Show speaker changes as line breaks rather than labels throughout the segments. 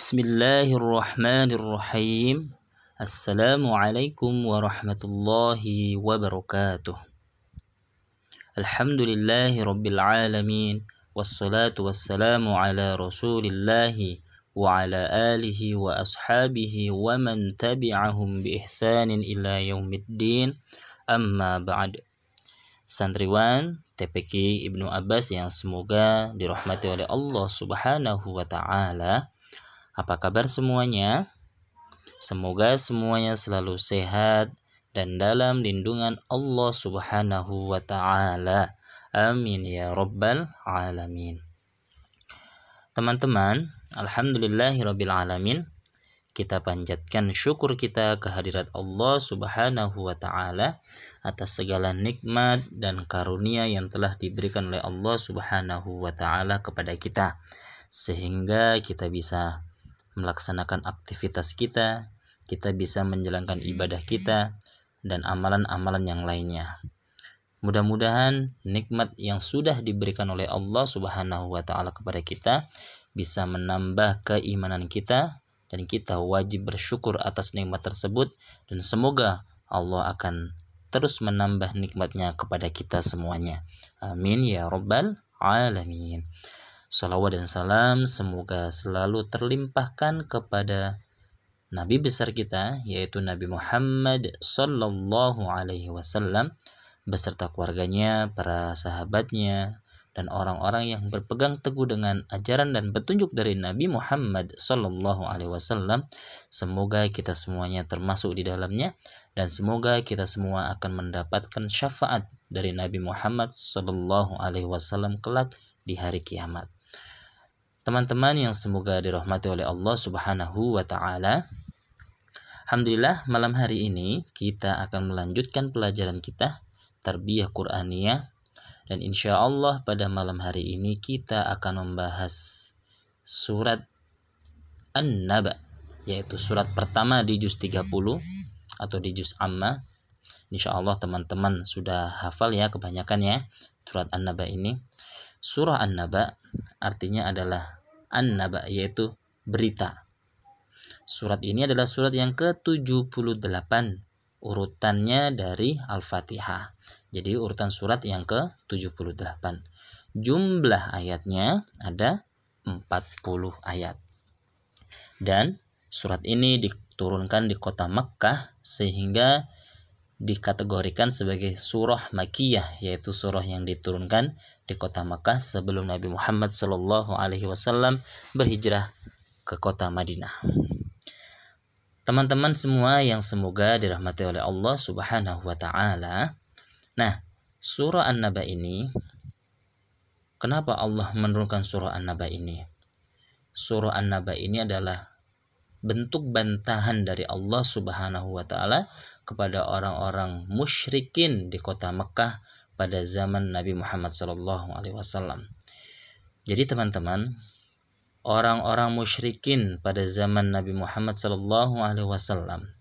Bismillahirrahmanirrahim. Assalamualaikum warahmatullahi wabarakatuh. Alhamdulillahi rabbil alamin. Wassalatu wassalamu ala rasulillahi wa ala alihi wa ashabihi wa man tabi'ahum bi ihsanin ila yaumiddin. Amma ba'd. Santriwan TPQ Ibnu Abbas yang semoga dirahmati oleh Allah Subhanahu wa taala. Apa kabar semuanya? Semoga semuanya selalu sehat dan dalam lindungan Allah Subhanahu wa taala. Amin ya rabbal alamin. Teman-teman, alhamdulillahirabbil alamin. Kita panjatkan syukur kita kehadirat Allah Subhanahu wa taala atas segala nikmat dan karunia yang telah diberikan oleh Allah Subhanahu wa taala kepada kita, sehingga kita bisa melaksanakan aktivitas kita bisa menjalankan ibadah kita dan amalan-amalan yang lainnya. Mudah-mudahan nikmat yang sudah diberikan oleh Allah Subhanahu wa taala kepada kita bisa menambah keimanan kita dan kita wajib bersyukur atas nikmat tersebut, dan semoga Allah akan terus menambah nikmatnya kepada kita semuanya. Amin ya rabbal alamin. Salawat dan salam semoga selalu terlimpahkan kepada Nabi besar kita, yaitu Nabi Muhammad sallallahu alaihi wasallam beserta keluarganya, para sahabatnya, dan orang-orang yang berpegang teguh dengan ajaran dan petunjuk dari Nabi Muhammad sallallahu alaihi wasallam. Semoga kita semuanya termasuk di dalamnya, dan semoga kita semua akan mendapatkan syafaat dari Nabi Muhammad sallallahu alaihi wasallam kelak di hari kiamat. Teman-teman yang semoga dirahmati oleh Allah Subhanahu wa taala. Alhamdulillah, malam hari ini kita akan melanjutkan pelajaran kita Tarbiyah Qur'aniyah, dan insya Allah pada malam hari ini kita akan membahas surat An-Naba, yaitu surat pertama di juz 30 atau di juz Amma. Insya Allah teman-teman sudah hafal ya kebanyakan ya surat An-Naba ini. Surah An-Naba artinya adalah An-Naba, yaitu berita. Surat ini adalah surat yang ke-78 urutannya dari Al-Fatihah. Jadi urutan surat yang ke-78. Jumlah ayatnya ada 40 ayat. Dan surat ini diturunkan di kota Makkah sehingga dikategorikan sebagai surah Makkiyah, yaitu surah yang diturunkan di kota Makkah sebelum Nabi Muhammad sallallahu alaihi wasallam berhijrah ke kota Madinah. Teman-teman semua yang semoga dirahmati oleh Allah Subhanahu wa taala. Nah, surah An-Naba ini, kenapa Allah menurunkan surah An-Naba ini? Surah An-Naba ini adalah bentuk bantahan dari Allah Subhanahu wa taala kepada orang-orang musyrikin di kota Mekah pada zaman Nabi Muhammad sallallahu alaihi wasallam. Jadi teman-teman, orang-orang musyrikin pada zaman Nabi Muhammad sallallahu alaihi wasallam,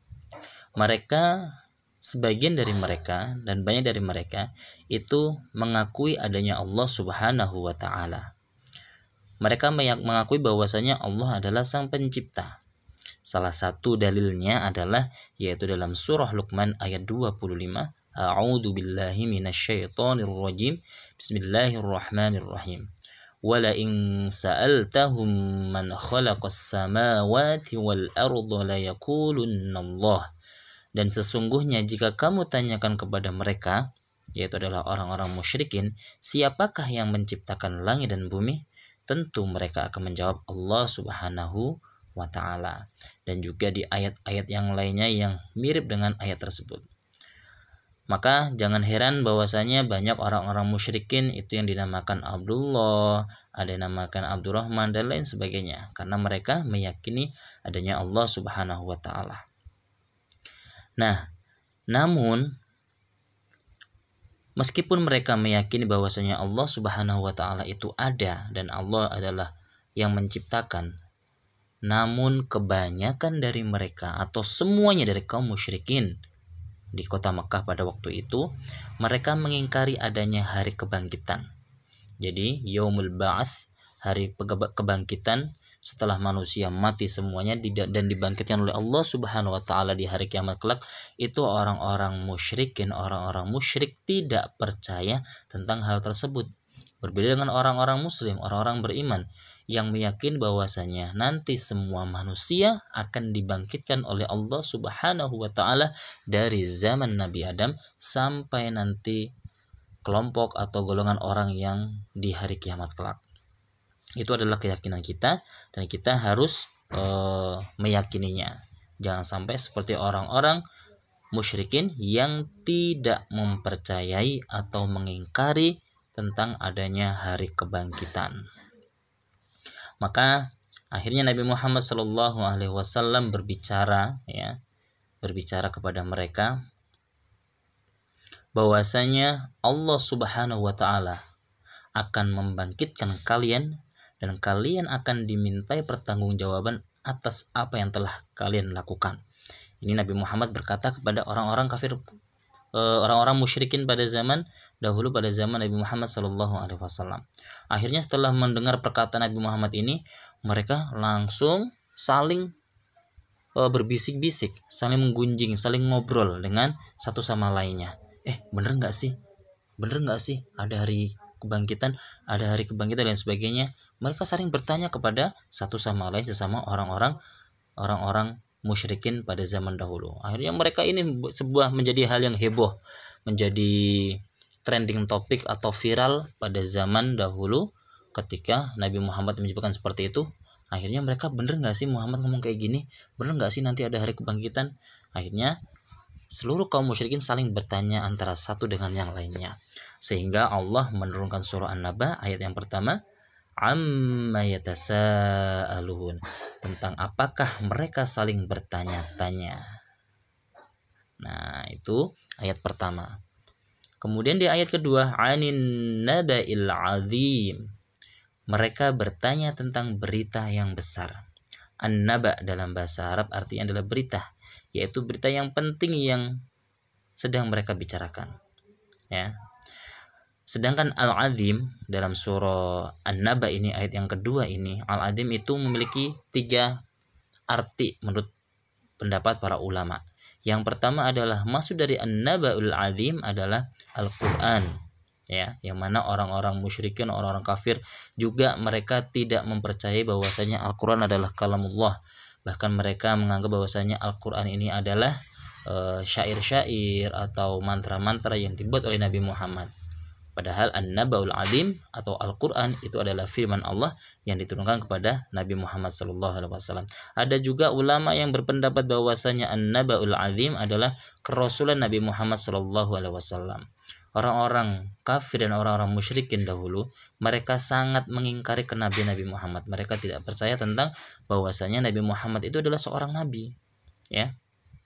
mereka, sebagian dari mereka dan banyak dari mereka itu mengakui adanya Allah Subhanahu wa taala. Mereka mengakui bahwasanya Allah adalah sang pencipta. Salah satu dalilnya adalah yaitu dalam surah Luqman ayat 25. A'udzu billahi minasyaitonir rajim. Bismillahirrahmanirrahim. Wala in sa'altahum man khalaqas samawati wal arda la yaqulunna Allah. Dan sesungguhnya jika kamu tanyakan kepada mereka, yaitu adalah orang-orang musyrikin, siapakah yang menciptakan langit dan bumi? Tentu mereka akan menjawab Allah Subhanahu wa ta'ala. Dan juga di ayat-ayat yang lainnya yang mirip dengan ayat tersebut. Maka jangan heran bahwasanya banyak orang-orang musyrikin itu yang dinamakan Abdullah, ada yang dinamakan Abdurrahman dan lain sebagainya, karena mereka meyakini adanya Allah Subhanahu wa ta'ala. Nah, namun meskipun mereka meyakini bahwasanya Allah Subhanahu wa ta'ala itu ada dan Allah adalah yang menciptakan, namun kebanyakan dari mereka atau semuanya dari kaum musyrikin di kota Makkah pada waktu itu, mereka mengingkari adanya hari kebangkitan. Jadi Yaumul Ba'ats, hari kebangkitan, setelah manusia mati semuanya dan dibangkitkan oleh Allah Subhanahu wa taala di hari kiamat kelak, itu orang-orang musyrikin, orang-orang musyrik tidak percaya tentang hal tersebut. Berbeda dengan orang-orang muslim, orang-orang beriman yang meyakini bahwasanya nanti semua manusia akan dibangkitkan oleh Allah Subhanahu wa taala dari zaman Nabi Adam sampai nanti kelompok atau golongan orang yang di hari kiamat kelak. Itu adalah keyakinan kita dan kita harus meyakininya. Jangan sampai seperti orang-orang musyrikin yang tidak mempercayai atau mengingkari tentang adanya hari kebangkitan. Maka akhirnya Nabi Muhammad SAW berbicara kepada mereka bahwasanya Allah Subhanahu wa taala akan membangkitkan kalian dan kalian akan dimintai pertanggungjawaban atas apa yang telah kalian lakukan. Ini Nabi Muhammad berkata kepada orang-orang kafir, orang-orang musyrikin pada zaman dahulu, pada zaman Nabi Muhammad SAW. Akhirnya setelah mendengar perkataan Nabi Muhammad ini, mereka langsung saling berbisik-bisik, saling menggunjing, saling ngobrol dengan satu sama lainnya. Bener nggak sih? Ada hari kebangkitan dan sebagainya. Mereka saling bertanya kepada satu sama lain, sesama orang-orang musyrikin pada zaman dahulu. Akhirnya mereka ini menjadi hal yang heboh, menjadi trending topik atau viral pada zaman dahulu ketika Nabi Muhammad menyebutkan seperti itu. Akhirnya mereka, bener nggak sih Muhammad ngomong kayak gini? Bener nggak sih nanti ada hari kebangkitan? Akhirnya seluruh kaum musyrikin saling bertanya antara satu dengan yang lainnya, sehingga Allah menurunkan surah An-Naba ayat yang pertama, amma yatasaalun, tentang apakah mereka saling bertanya-tanya. Nah, itu ayat pertama. Kemudian di ayat kedua, anin naba'il azim, mereka bertanya tentang berita yang besar. An-naba dalam bahasa Arab artinya adalah berita, yaitu berita yang penting yang sedang mereka bicarakan, ya. Sedangkan al-azim dalam surah An-Naba ini, ayat yang kedua ini, al-azim itu memiliki 3 arti menurut pendapat para ulama. Yang pertama adalah maksud dari An-Naba'ul azim adalah Al-Qur'an, ya, yang mana orang-orang musyrikin, orang-orang kafir juga mereka tidak mempercayai bahwasanya Al-Qur'an adalah kalamullah. Bahkan mereka menganggap bahwasanya Al-Qur'an ini adalah syair-syair atau mantra-mantra yang dibuat oleh Nabi Muhammad. Padahal An-Naba'ul Azim atau Al-Qur'an itu adalah firman Allah yang diturunkan kepada Nabi Muhammad SAW. Ada juga ulama yang berpendapat bahwasanya An-Naba'ul Azim adalah kerasulan Nabi Muhammad SAW. Orang-orang kafir dan orang-orang musyrikin dahulu, mereka sangat mengingkari kenabian Nabi Muhammad. Mereka tidak percaya tentang bahwasanya Nabi Muhammad itu adalah seorang nabi, ya.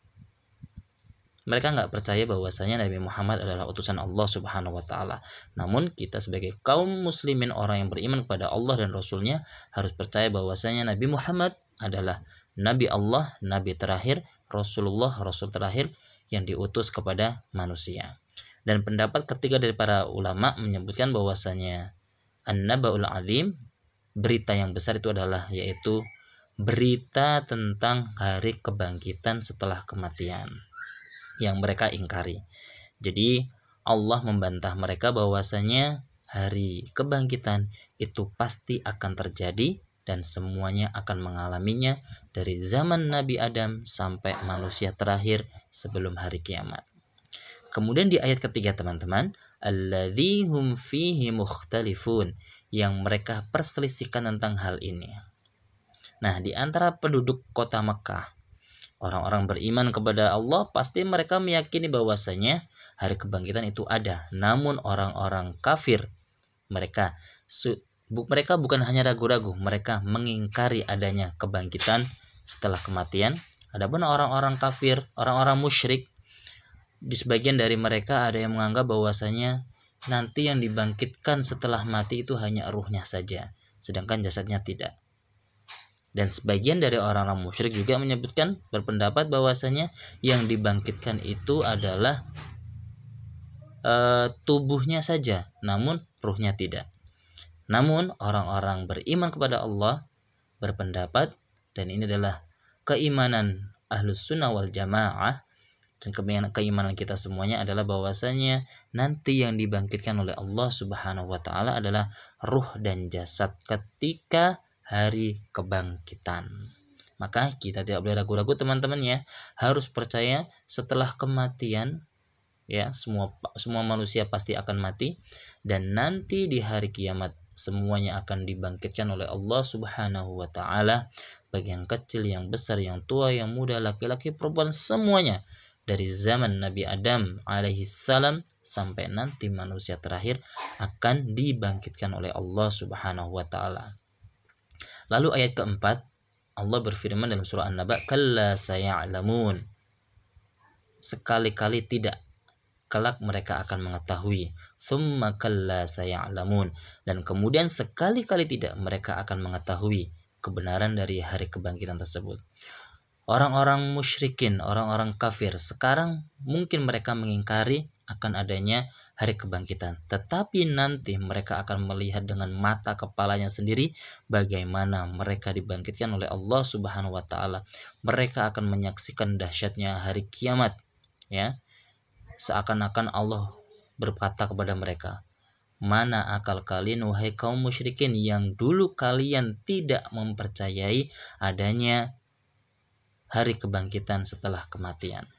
Mereka nggak percaya bahwasanya Nabi Muhammad adalah utusan Allah Subhanahu wa taala. Namun kita sebagai kaum muslimin, orang yang beriman kepada Allah dan Rasulnya, harus percaya bahwasanya Nabi Muhammad adalah Nabi Allah, Nabi terakhir, Rasulullah, Rasul terakhir yang diutus kepada manusia. Dan pendapat ketiga dari para ulama menyebutkan bahwasanya An-Naba'ul Azim, berita yang besar itu adalah yaitu berita tentang hari kebangkitan setelah kematian yang mereka ingkari. Jadi Allah membantah mereka bahwasanya hari kebangkitan itu pasti akan terjadi dan semuanya akan mengalaminya dari zaman Nabi Adam sampai manusia terakhir sebelum hari kiamat. Kemudian di ayat ketiga teman-teman, alladzi hum fihi mukhtalifun, yang mereka perselisihkan tentang hal ini. Nah, di antara penduduk kota Makkah, orang-orang beriman kepada Allah pasti mereka meyakini bahwasanya hari kebangkitan itu ada. Namun orang-orang kafir, mereka bukan hanya ragu-ragu, mereka mengingkari adanya kebangkitan setelah kematian. Adapun orang-orang kafir, orang-orang musyrik, di sebagian dari mereka ada yang menganggap bahwasanya nanti yang dibangkitkan setelah mati itu hanya ruhnya saja, sedangkan jasadnya tidak. Dan sebagian dari orang-orang musyrik juga menyebutkan, berpendapat bahwasanya yang dibangkitkan itu adalah tubuhnya saja, namun ruhnya tidak. Namun orang-orang beriman kepada Allah, berpendapat, dan ini adalah keimanan Ahlus Sunnah wal Jamaah, dan keimanan kita semuanya adalah bahwasanya nanti yang dibangkitkan oleh Allah Subhanahu wa taala adalah ruh dan jasad ketika hari kebangkitan. Maka kita tidak boleh ragu-ragu teman-teman ya, harus percaya setelah kematian ya semua manusia pasti akan mati, dan nanti di hari kiamat semuanya akan dibangkitkan oleh Allah Subhanahu wa taala, baik yang kecil, yang besar, yang tua, yang muda, laki-laki, perempuan, semuanya dari zaman Nabi Adam alaihissalam sampai nanti manusia terakhir akan dibangkitkan oleh Allah Subhanahu wa taala. Lalu ayat keempat, Allah berfirman dalam surah An-Naba, kalla saya'lamun, sekali-kali tidak, kelak mereka akan mengetahui. Tsumma kalla saya'lamun, dan kemudian sekali-kali tidak mereka akan mengetahui kebenaran dari hari kebangkitan tersebut. Orang-orang musyrikin, orang-orang kafir sekarang mungkin mereka mengingkari akan adanya hari kebangkitan, tetapi nanti mereka akan melihat dengan mata kepalanya sendiri bagaimana mereka dibangkitkan oleh Allah Subhanahu wa taala. Mereka akan menyaksikan dahsyatnya hari kiamat ya. Seakan-akan Allah berkata kepada mereka, mana akal kalian wahai kaum musyrikin yang dulu kalian tidak mempercayai adanya hari kebangkitan setelah kematian.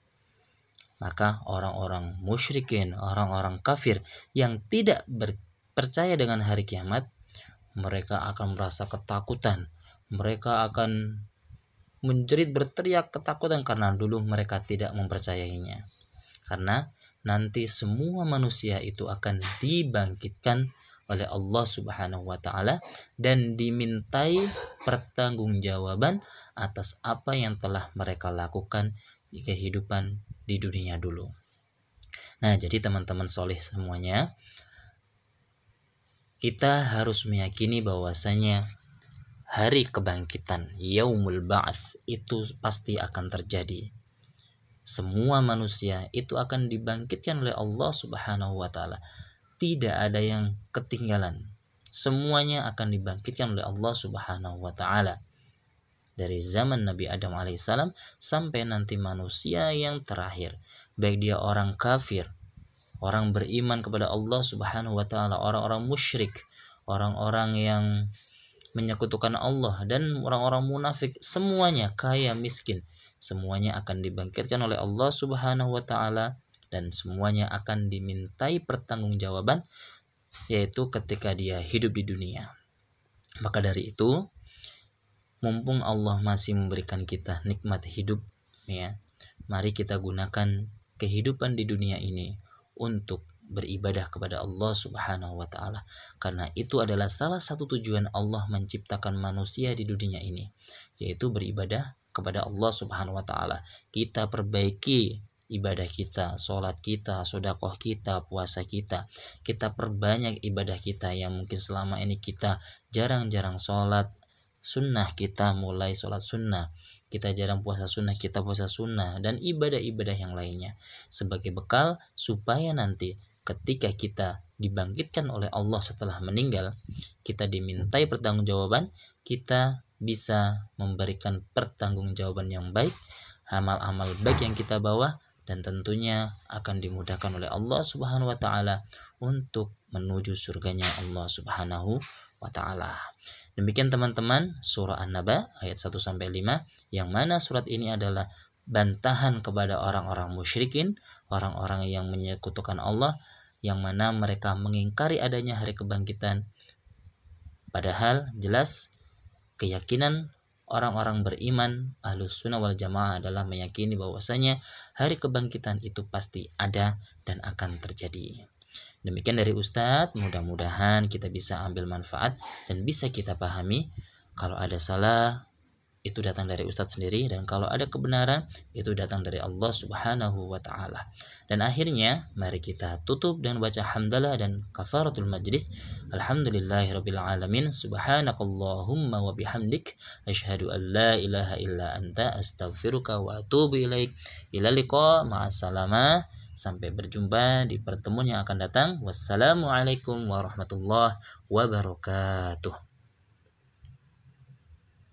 Maka orang-orang musyrikin, orang-orang kafir yang tidak percaya dengan hari kiamat, mereka akan merasa ketakutan. Mereka akan menjerit berteriak ketakutan karena dulu mereka tidak mempercayainya. Karena nanti semua manusia itu akan dibangkitkan oleh Allah Subhanahu wa taala dan dimintai pertanggungjawaban atas apa yang telah mereka lakukan di kehidupan di dunia dulu. Nah, jadi teman-teman soleh semuanya, kita harus meyakini bahwasanya hari kebangkitan, yaumul ba'ats, itu pasti akan terjadi. Semua manusia itu akan dibangkitkan oleh Allah Subhanahu wa taala. Tidak ada yang ketinggalan. Semuanya akan dibangkitkan oleh Allah Subhanahu wa taala. Dari zaman Nabi Adam alaihissalam sampai nanti manusia yang terakhir, baik dia orang kafir, orang beriman kepada Allah Subhanahu wa taala, orang-orang musyrik, orang-orang yang menyekutukan Allah, dan orang-orang munafik, semuanya kaya miskin, semuanya akan dibangkitkan oleh Allah Subhanahu wa taala dan semuanya akan dimintai pertanggungjawaban, yaitu ketika dia hidup di dunia. Maka dari itu, mumpung Allah masih memberikan kita nikmat hidup ya, mari kita gunakan kehidupan di dunia ini untuk beribadah kepada Allah Subhanahu wa taala, karena itu adalah salah satu tujuan Allah menciptakan manusia di dunia ini, yaitu beribadah kepada Allah Subhanahu wa taala. Kita perbaiki ibadah kita, sholat kita, sedekah kita, puasa kita. Kita perbanyak ibadah kita yang mungkin selama ini kita jarang-jarang sholat sunnah, kita mulai sholat sunnah. Kita jarang puasa sunnah, kita puasa sunnah, dan ibadah-ibadah yang lainnya sebagai bekal supaya nanti ketika kita dibangkitkan oleh Allah setelah meninggal, kita dimintai pertanggungjawaban, kita bisa memberikan pertanggungjawaban yang baik, amal-amal baik yang kita bawa, dan tentunya akan dimudahkan oleh Allah Subhanahu wa taala untuk menuju surganya Allah Subhanahu wa taala. Demikian teman-teman surah An-Naba ayat 1-5, yang mana surat ini adalah bantahan kepada orang-orang musyrikin, orang-orang yang menyekutukan Allah, yang mana mereka mengingkari adanya hari kebangkitan. Padahal jelas keyakinan orang-orang beriman Ahlus Sunnah wal Jamaah adalah meyakini bahwasanya hari kebangkitan itu pasti ada dan akan terjadi. Demikian dari Ustadz, mudah-mudahan kita bisa ambil manfaat dan bisa kita pahami. Kalau ada salah, itu datang dari Ustadz sendiri, dan kalau ada kebenaran, itu datang dari Allah Subhanahu wa ta'ala. Dan akhirnya, mari kita tutup dan baca hamdalah dan kafaratul majlis. Alhamdulillahirabbil alamin, subhanakallahumma wa bihamdik, asyhadu an la ilaha illa anta, astaghfiruka wa atubu ilaik. Ila liqa, ma'assalamah. Sampai berjumpa di pertemuan yang akan datang. Wassalamualaikum warahmatullahi wabarakatuh.